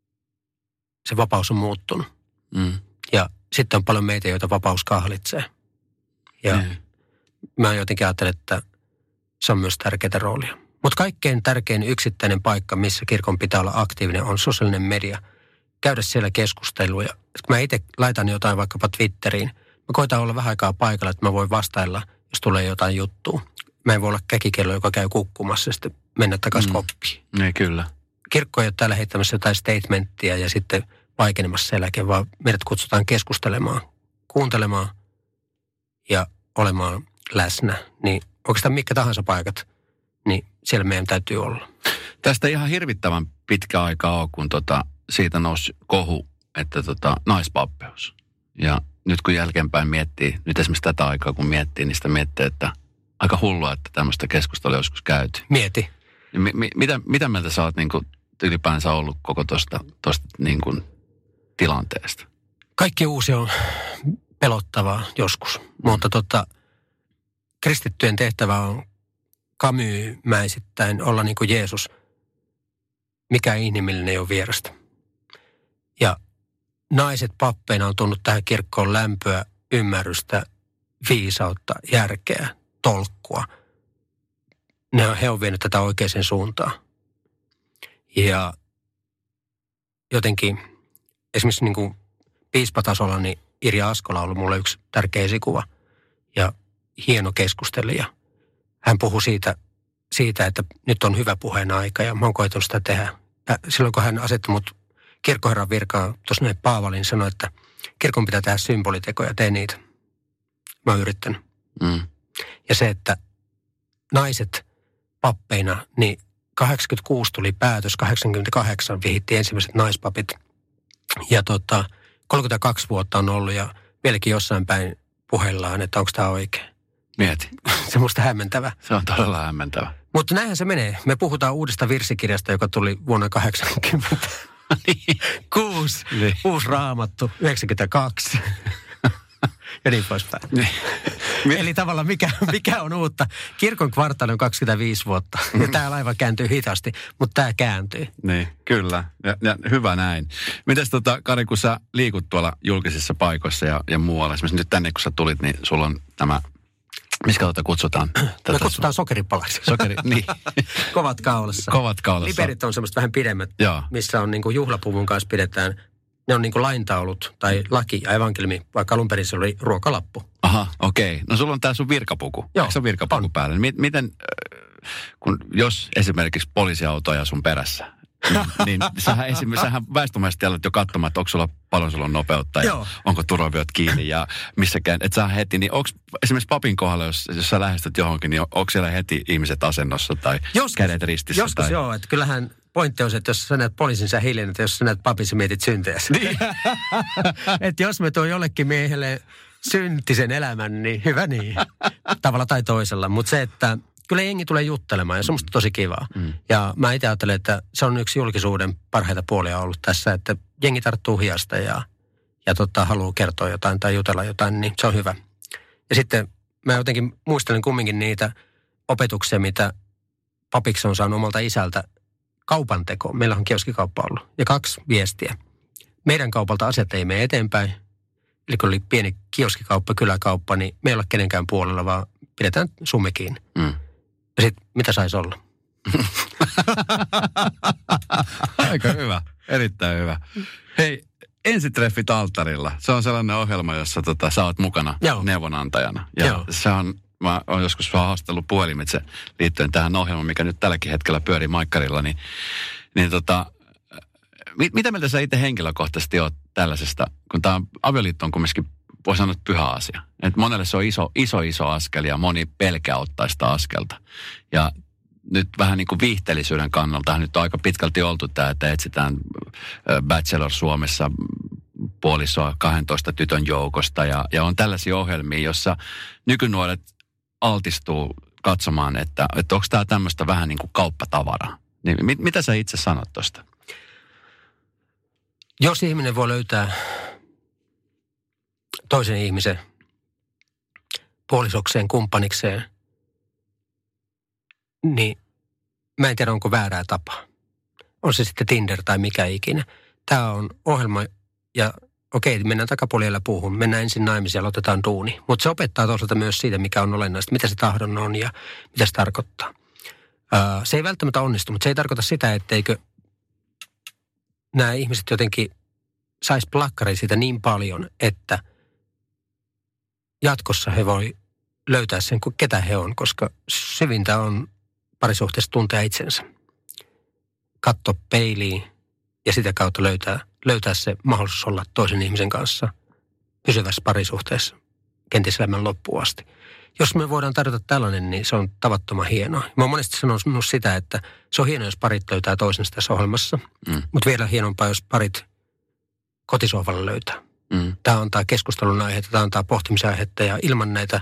se vapaus on muuttunut. Mm. Ja sitten on paljon meitä, joita vapaus kahlitsee. Ja mm. mä jotenkin ajattelen, että se on myös tärkeää roolia. Mutta kaikkein tärkein yksittäinen paikka, missä kirkon pitää olla aktiivinen, on sosiaalinen media. Käydä siellä keskusteluja. Kun mä itse laitan jotain vaikkapa Twitteriin, mä koitan olla vähän aikaa paikalla, että mä voin vastailla, jos tulee jotain juttua. Mä en voi olla käkikello, joka käy kukkumassa ja sitten mennä takaisin mm. koppiin. Niin, kyllä. Kirkko ei ole täällä heittämässä jotain statementtia ja sitten vaikenemassa sen jälkeen, vaan meidät kutsutaan keskustelemaan, kuuntelemaan ja olemaan läsnä. Niin oikeastaan mitkä tahansa paikat, niin siellä meidän täytyy olla. Tästä ihan hirvittävän pitkä aikaa on, kun tota, siitä nousi kohu, että tota, naispappeus. Ja nyt kun jälkeenpäin miettii, nyt esimerkiksi tätä aikaa kun miettii, niin sitä miettii, että aika hullua, että tämmöistä keskustelua joskus käyty. Mieti. Mi- mi- mitä, mitä mieltä sä oot niin kuin ylipäänsä ollut koko tuosta niin kuin tilanteesta? Kaikki uusi on pelottavaa joskus, mm. mutta tota, kristittyjen tehtävä on Camus-mäisittäin olla niin kuin Jeesus. Mikä inhimillinen ei ole vierasta. Ja naiset pappeina on tunnut tähän kirkkoon lämpöä, ymmärrystä, viisautta, järkeä, tolkkua. Ne on, he on vienyt tätä oikeaan suuntaan. Ja jotenkin esimerkiksi niin kuin piispatasolla, niin Irja Askola on ollut mulle yksi tärkeä esikuva ja hieno keskustelija. Hän puhui siitä, siitä, että nyt on hyvä puheen aika ja mä oon koetunut sitä tehdä. Ja silloin kun hän asettui mut kirkkoherran virkaan tuossa näin Paavalin, sanoi, että kirkon pitää tehdä symbolitekoja, tee niitä. Mä oon yrittänyt. Mm. Ja se, että naiset pappeina, niin kahdeksankymmentäkuusi tuli päätös, kahdeksankymmentäkahdeksan vihittiin ensimmäiset naispapit. Ja tota, kolmekymmentäkaksi vuotta on ollut ja vieläkin jossain päin puheillaan, että onko tämä oikein. Mieti. Se on musta hämmentävä. Se on todella hämmentävä. Mutta näinhän se menee. Me puhutaan uudesta virsikirjasta, joka tuli vuonna kahdeksankymmentä. Niin. Kuusi. Niin. Uusi raamattu, yhdeksänkymmentäkaksi. Ja niin poispäin. Niin. Eli tavallaan mikä, mikä on uutta? Kirkon kvartaali on kaksikymmentäviisi vuotta. Ja tämä laiva kääntyy hitaasti, mutta tämä kääntyy. Niin, kyllä. Ja, ja hyvä näin. Mites tota, Kari, kun sä liikut tuolla julkisissa paikoissa ja, ja muualla, esimerkiksi nyt tänne kun sä tulit, niin sulla on tämä Miskä tuota kutsutaan? Tätä Me kutsutaan sokeripalaksi. Sokeri, niin. Kovat kaulassa. Kovat kaulassa. Liperit on semmoista vähän pidemmät, Joo. missä on niin kuin juhlapuvun kanssa pidetään. Ne on niin kuin laintaulut tai laki ja evankeliumi, vaikka alun perin se oli ruokalappu. Aha, okei. Okay. No sulla on tää sun virkapuku. Joo, Eikö se ole virkapuku on. päällä? Miten, miten, kun jos esimerkiksi poliisiauto ajaa sun perässä, niin, niin sähän, esimerkiksi, sähän väestömäisesti alat jo katsomaan, että onko sulla paljon sulla on nopeutta ja Joo. onko turvavyöt kiinni ja missäkään, että sä heti, niin onko esimerkiksi papin kohdalla, jos, jos sä lähestyt johonkin, niin onko siellä heti ihmiset asennossa tai joskus, kädet ristissä? Joskus tai... joo, että kyllähän pointti on se, että jos sä näet poliisin, sä hiljennät, jos sä näet papin, sä mietit syntejäsi. Niin. Että jos me tuo jollekin miehelle syntisen elämän, niin hyvä niin. Tavalla tai toisella. Mutta se, että kyllä jengi tulee juttelemaan ja se on musta tosi kivaa. Mm. Ja mä itse ajattelen, että se on yksi julkisuuden parhaita puolia ollut tässä, että jengi tarttuu hiasta ja, ja tota, haluaa kertoa jotain tai jutella jotain, niin se on hyvä. Ja sitten mä jotenkin muistelen kumminkin niitä opetuksia, mitä papiksi on saanut omalta isältä kaupan tekoon. Meillä on kioskikauppa ollut. Ja kaksi viestiä. Meidän kaupalta asiat ei mene eteenpäin. Eli kun oli pieni kioskikauppa, kyläkauppa, niin me ei ole kenenkään puolella, vaan pidetään summe kiinni. Mm. Ja sitten, mitä saisi olla? Aika hyvä. Erittäin hyvä. Hei, ensitreffit alttarilla. Se on sellainen ohjelma, jossa tota, sä oot mukana Joo. neuvonantajana. Ja Joo. se on, mä oon joskus vähän haastellut puhelimitse liittyen tähän ohjelmaan, mikä nyt tälläkin hetkellä pyörii Maikkarilla, niin, niin tota, mit, mitä mieltä sä itse henkilökohtaisesti oot tällaisesta, kun tämä avioliitto on kumminkin, voi sanoa, pyhä asia. Et monelle se on iso, iso, iso askel ja moni pelkää ottaa sitä askelta. Ja nyt vähän niin kuin viihteellisyyden kannalta nyt on aika pitkälti oltu tämä, että etsitään Bachelor Suomessa puolisoa kahdentoista tytön joukosta. Ja, ja on tällaisia ohjelmia, jossa nykynuoret altistuu katsomaan, että, että onko tämä tämmöistä vähän niin kuin kauppatavaraa. Niin, mit, mitä sä itse sanot tuosta? Jos ihminen voi löytää toisen ihmisen puolisokseen, kumppanikseen, niin mä en tiedä, onko väärää tapaa. On se sitten Tinder tai mikä ikinä. Tämä on ohjelma ja okei, mennään takapuolella puuhun. Mennään ensin naimisiin ja aloitetaan duuni. Mutta se opettaa toisaalta myös siitä, mikä on olennaista, mitä se tahdon on ja mitä se tarkoittaa. Ää, se ei välttämättä onnistu, mutta se ei tarkoita sitä, etteikö nämä ihmiset jotenkin saisi plakkaria siitä niin paljon, että jatkossa he voi löytää sen, ketä he on, koska syvintä on parisuhteessa tuntea itsensä. Katso peiliin ja sitä kautta löytää, löytää se mahdollisuus olla toisen ihmisen kanssa pysyvässä parisuhteessa, kenties elämän loppuun asti. Jos me voidaan tarjota tällainen, niin se on tavattoman hienoa. Mä oon monesti sanonut sitä, että se on hienoa, jos parit löytää toisensa tässä ohjelmassa, mm. mutta vielä hienompaa, jos parit kotisohvalla löytää. Mm. Tämä antaa keskustelun aiheita, tämä antaa pohtimisen aihetta ja ilman näitä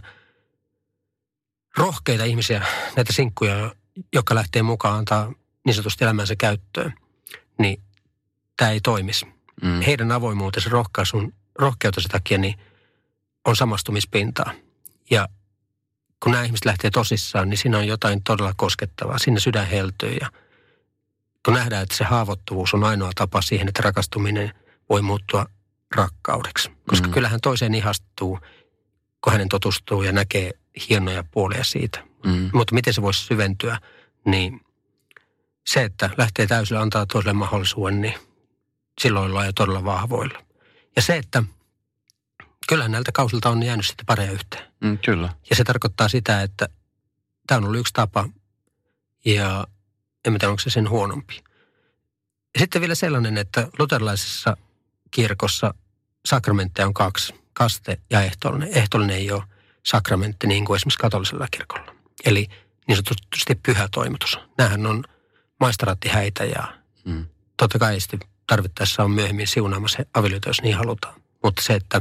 rohkeita ihmisiä, näitä sinkkuja, jotka lähtee mukaan antaa niin sanotusti elämänsä käyttöön, niin tämä ei toimisi. Mm. Heidän avoimuutensa, rohkaisun, rohkeutensa takia niin on samastumispintaa. Ja kun nämä ihmiset lähtee tosissaan, niin siinä on jotain todella koskettavaa. Siinä sydän heltyy ja kun nähdään, että se haavoittuvuus on ainoa tapa siihen, että rakastuminen voi muuttua rakkaudeksi. Koska mm. kyllähän toiseen ihastuu, kun hänen totustuu ja näkee hienoja puolia siitä. Mm. Mutta miten se voisi syventyä, niin se, että lähtee täysillä antaa toiselle mahdollisuuden, niin silloin ollaan jo todella vahvoilla. Ja se, että kyllähän näiltä kausilta on jäänyt sitten pareja yhteen. Mm, kyllä. Ja se tarkoittaa sitä, että tämä on ollut yksi tapa ja en tiedä, onko se sen huonompi. Ja sitten vielä sellainen, että luterilaisessa kirkossa sakramentteja on kaksi, kaste ja ehtoollinen. Ehtoollinen ei ole sakramentti niin kuin esimerkiksi katolisella kirkolla. Eli niin sanotusti pyhä toimitus. Nämähän on maistraattihäitä ja mm. totta kai sitten tarvittaessa on myöhemmin siunaamassa avioliitto, jos niin halutaan. Mutta se, että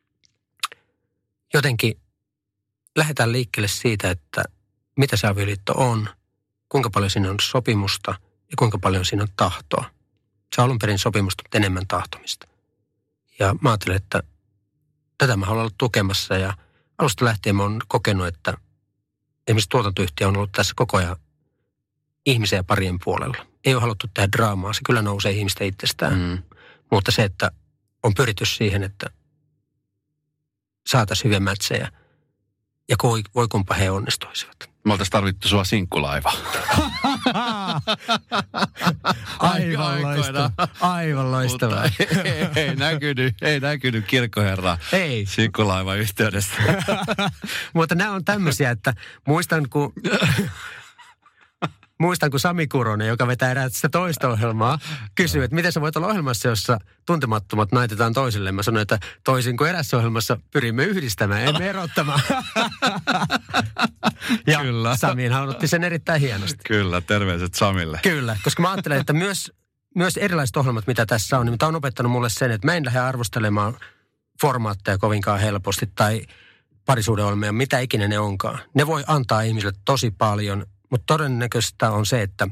jotenkin lähdetään liikkeelle siitä, että mitä se avioliitto on, kuinka paljon siinä on sopimusta ja kuinka paljon siinä on tahtoa. Se on alun perin sopimusta, mutta enemmän tahtomista. Ja mä ajattelen, että tätä mä haluan olla tukemassa ja alusta lähtien mä oon kokenut, että esimerkiksi tuotantoyhtiö on ollut tässä koko ajan ihmisen ja parien puolella. Ei ole haluttu tehdä draamaa, se kyllä nousee ihmistä itsestään. Mm. Mutta se, että on pyritty siihen, että saataisiin hyviä mätsejä Ja voi, voi kumpa he onnistuisivat. Me oltaisiin tarvittu sua sinkkulaivaa. Aivan loistavaa. Aivan loistavaa. ei, ei, näkynyt, ei näkynyt kirkkoherraa ei. Sinkkulaivan yhteydessä. Mutta nämä on tämmöisiä, että muistan kun... Muistan, kun Sami Kuronen, joka vetää erää sitä toista ohjelmaa, kysyy, että miten sä voit olla ohjelmassa, jossa tuntemattomat naitetaan toisille. Mä sanoin, että toisin kuin erässä ohjelmassa pyrimme yhdistämään, emme erottamaan. Ja Kyllä. Samiinhan otti sen erittäin hienosti. Kyllä, terveiset Samille. Kyllä, koska mä ajattelen, että myös, myös erilaiset ohjelmat, mitä tässä on, niin tämä on opettanut mulle sen, että mä en lähde arvostelemaan formaatteja kovinkaan helposti tai parisuhdeohjelmia, mitä ikinä ne onkaan. Ne voi antaa ihmisille tosi paljon. Mutta todennäköistä on se, että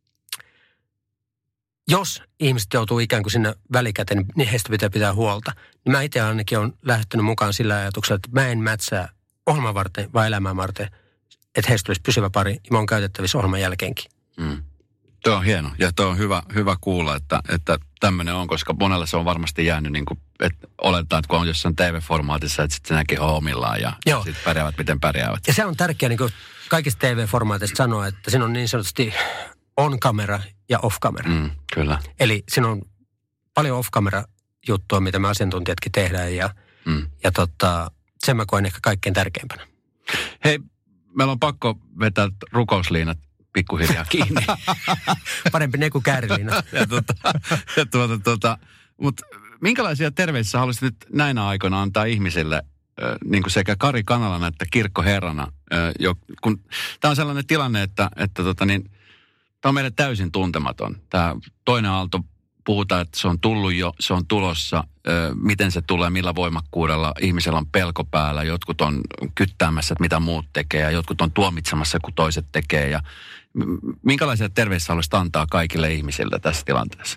jos ihmiset joutuu ikään kuin sinne välikäteen, niin heistä pitää pitää huolta. Niin mä itse ainakin olen lähtenyt mukaan sillä ajatuksella, että mä en mätsää ohjelman varten vai elämää varten, että heistä olisi pysyvä pari ja mä oon käytettävissä ohjelman jälkeenkin. Mm. Tuo on hieno ja tuo on hyvä, hyvä kuulla, että, että tämmöinen on, koska monelle se on varmasti jäänyt niin kuin, että oletetaan, että kun on jossain T V-formaatissa, että sitten se näkee omillaan ja sitten pärjäävät, miten pärjäävät. Ja se on tärkeää niin kuin kaikista T V-formaateista sanoa, että siinä on niin sanotusti on-kamera ja off-kamera. Mm, kyllä. Eli siinä on paljon off-kamera juttua, mitä me asiantuntijatkin tehdään ja, mm. ja tota, sen mä koen ehkä kaikkein tärkeimpänä. Hei, meillä on pakko vetää rukousliinat pikkuhiljaa kiinni. Parempi ne kuin kääriliinat. ja tuota, ja tuota, tuota, mutta minkälaisia terveisiä haluaisit nyt näinä aikoina antaa ihmisille, niin kuin sekä Kari Kanalana että kirkkoherrana, jo, kun tämä on sellainen tilanne, että, että tota niin, tämä on meille täysin tuntematon. Tämä toinen aalto, puhutaan, että se on tullut jo, se on tulossa, miten se tulee, millä voimakkuudella, ihmisellä on pelko päällä, jotkut on kyttäämässä, että mitä muut tekee ja jotkut on tuomitsemassa, kun toiset tekee. Ja minkälaisia terveisiä haluaisit antaa kaikille ihmisille tässä tilanteessa?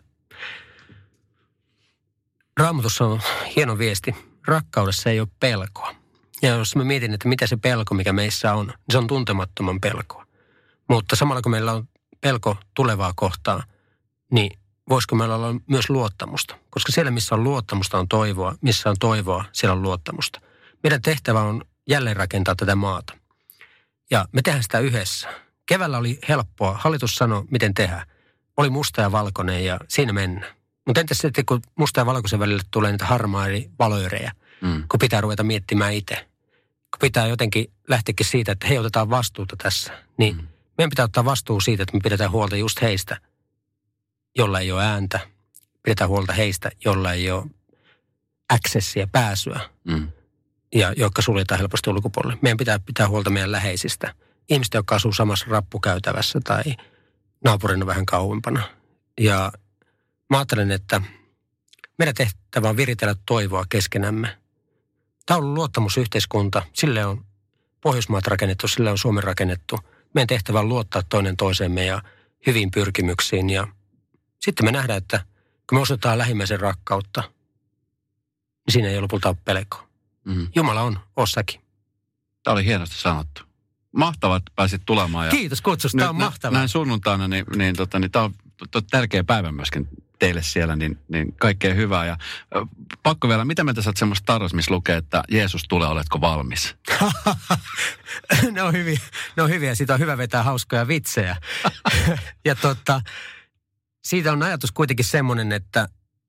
Raamatussa on hieno viesti. Rakkaudessa ei ole pelkoa. Ja jos mä mietin, että mitä se pelko, mikä meissä on, niin se on tuntemattoman pelkoa. Mutta samalla kun meillä on pelko tulevaa kohtaan, niin voisiko meillä olla myös luottamusta? Koska siellä, missä on luottamusta, on toivoa. Missä on toivoa, siellä on luottamusta. Meidän tehtävä on jälleen rakentaa tätä maata. Ja me tehdään sitä yhdessä. Keväällä oli helppoa. Hallitus sanoi, miten tehdään. Oli musta ja valkoinen ja siinä mennään. Mutta entäs sitten, kun musta ja valkoisen välille tulee niitä harmaa eli valoirejä, mm. kun pitää ruveta miettimään itse. Kun pitää jotenkin lähteäkin siitä, että hei, otetaan vastuuta tässä. Niin mm. meidän pitää ottaa vastuu siitä, että me pidetään huolta just heistä, jolla ei ole ääntä. Pidetään huolta heistä, jolla ei ole accessia, pääsyä. Mm. Ja jotka suljetaan helposti ulkopuolelle. Meidän pitää pitää huolta meidän läheisistä. Ihmiset, jotka asuu samassa rappukäytävässä tai naapurina vähän kauempana. Ja mä ajattelen, että meidän tehtävä on viritellä toivoa keskenämme. Tämä on ollut luottamusyhteiskunta. Sille on Pohjoismaat rakennettu, sille on Suomi rakennettu. Meidän tehtävä on luottaa toinen toisemme ja hyviin pyrkimyksiin. Ja sitten me nähdään, että kun me osoitetaan lähimmäisen rakkautta, niin siinä ei lopulta ole pelkoa. Mm. Jumala on ossakin. Tämä oli hienosti sanottu. Mahtavaa, että pääsit tulemaan. Ja kiitos kutsusta, tämä on mahtavaa. Näin sunnuntaina, niin, niin, tota, niin tämä on tärkeä päivä myöskin teille siellä, niin, niin kaikkea hyvää. Ja pakko vielä, mitä mieltä sä oot semmoista tarros, missä lukee, että Jeesus tulee, oletko valmis? ne, on hyviä, ne on hyviä, siitä on hyvä vetää hauskoja vitsejä. ja tota, siitä on ajatus kuitenkin semmoinen, että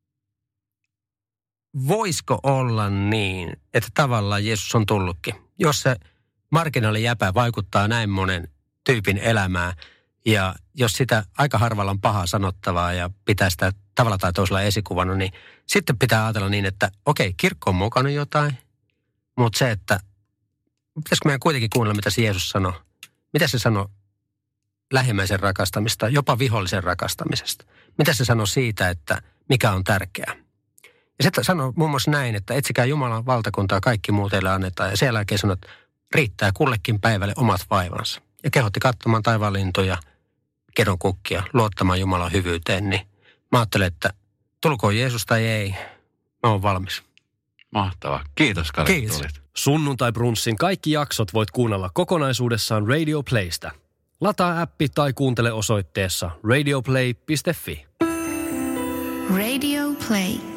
voisiko olla niin, että tavallaan Jeesus on tullutkin. Jos se marginaalijäpä vaikuttaa näin monen tyypin elämään, ja jos sitä aika harvalla on pahaa sanottavaa ja pitää sitä tavalla tai toisella esikuvana, niin sitten pitää ajatella niin, että okei, kirkko on mukana jotain, mutta se, että pitäisikö meidän kuitenkin kuunnella, mitä se Jeesus sanoi. Mitä se sanoi lähimmäisen rakastamista, jopa vihollisen rakastamisesta? Mitä se sanoi siitä, että mikä on tärkeää? Ja se sanoi muun muassa näin, että etsikää Jumalan valtakuntaa, kaikki muut teille annetaan. Ja sen jälkeen sanoi, että riittää kullekin päivälle omat vaivansa. Ja kehotti katsomaan taivaanlintuja, kedonkukkia, luottamaan Jumalan hyvyyteen. Niin mä ajattelen, että tulkoon Jeesus tai ei, mä oon valmis. Mahtavaa. Kiitos, Kari, Kiitos. tulit. Sunnuntai-brunssin kaikki jaksot voit kuunnella kokonaisuudessaan Radio Playstä. Lataa appi tai kuuntele osoitteessa radioplay piste fi. Radio Play.